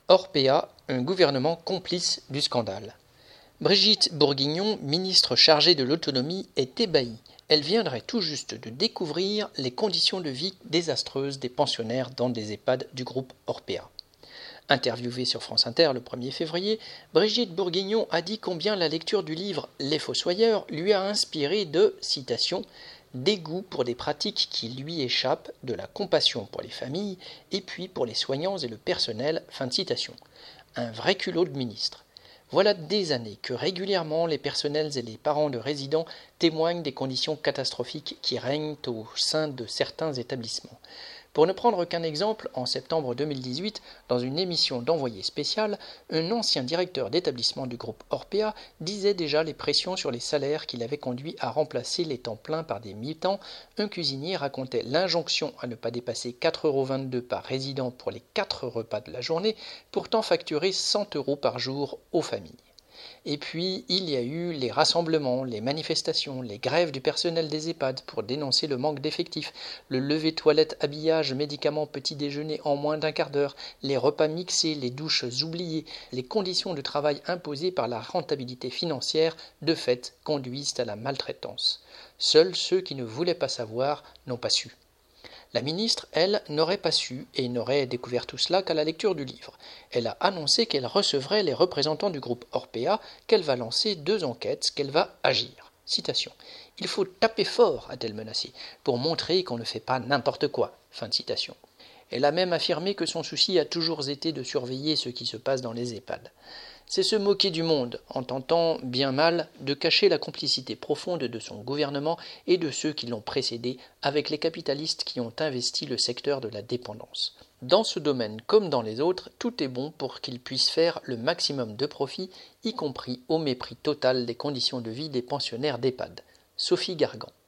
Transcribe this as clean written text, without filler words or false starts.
Orpea, un gouvernement complice du scandale. Brigitte Bourguignon, ministre chargée de l'autonomie, est ébahie. Elle viendrait tout juste de découvrir les conditions de vie désastreuses des pensionnaires dans des EHPAD du groupe Orpea. Interviewée sur France Inter le 1er février, Brigitte Bourguignon a dit combien la lecture du livre « Les Fossoyeurs » lui a inspiré de, citation, « dégoût pour des pratiques qui lui échappent, de la compassion pour les familles et puis pour les soignants et le personnel ». Fin de citation. Un vrai culot de ministre. Voilà des années que régulièrement les personnels et les parents de résidents témoignent des conditions catastrophiques qui règnent au sein de certains établissements. Pour ne prendre qu'un exemple, en septembre 2018, dans une émission d'Envoyé spécial, un ancien directeur d'établissement du groupe Orpea disait déjà les pressions sur les salaires qui l'avaient conduit à remplacer les temps pleins par des mi-temps. Un cuisinier racontait l'injonction à ne pas dépasser 4,22 € par résident pour les 4 repas de la journée, pourtant facturer 100 € par jour aux familles. Et puis, il y a eu les rassemblements, les manifestations, les grèves du personnel des EHPAD pour dénoncer le manque d'effectifs, le lever toilette, habillage, médicaments, petit déjeuner en moins d'un quart d'heure, les repas mixés, les douches oubliées, les conditions de travail imposées par la rentabilité financière, de fait, conduisent à la maltraitance. Seuls ceux qui ne voulaient pas savoir n'ont pas su. La ministre, elle, n'aurait pas su et n'aurait découvert tout cela qu'à la lecture du livre. Elle a annoncé qu'elle recevrait les représentants du groupe Orpea, qu'elle va lancer 2 enquêtes, qu'elle va agir. Citation. « Il faut taper fort », a-t-elle menacé, « pour montrer qu'on ne fait pas n'importe quoi ». Fin de citation. Elle a même affirmé que son souci a toujours été de surveiller ce qui se passe dans les EHPAD. C'est se moquer du monde, en tentant, bien mal, de cacher la complicité profonde de son gouvernement et de ceux qui l'ont précédé avec les capitalistes qui ont investi le secteur de la dépendance. Dans ce domaine comme dans les autres, tout est bon pour qu'ils puissent faire le maximum de profit, y compris au mépris total des conditions de vie des pensionnaires d'EHPAD. Sophie Gargan.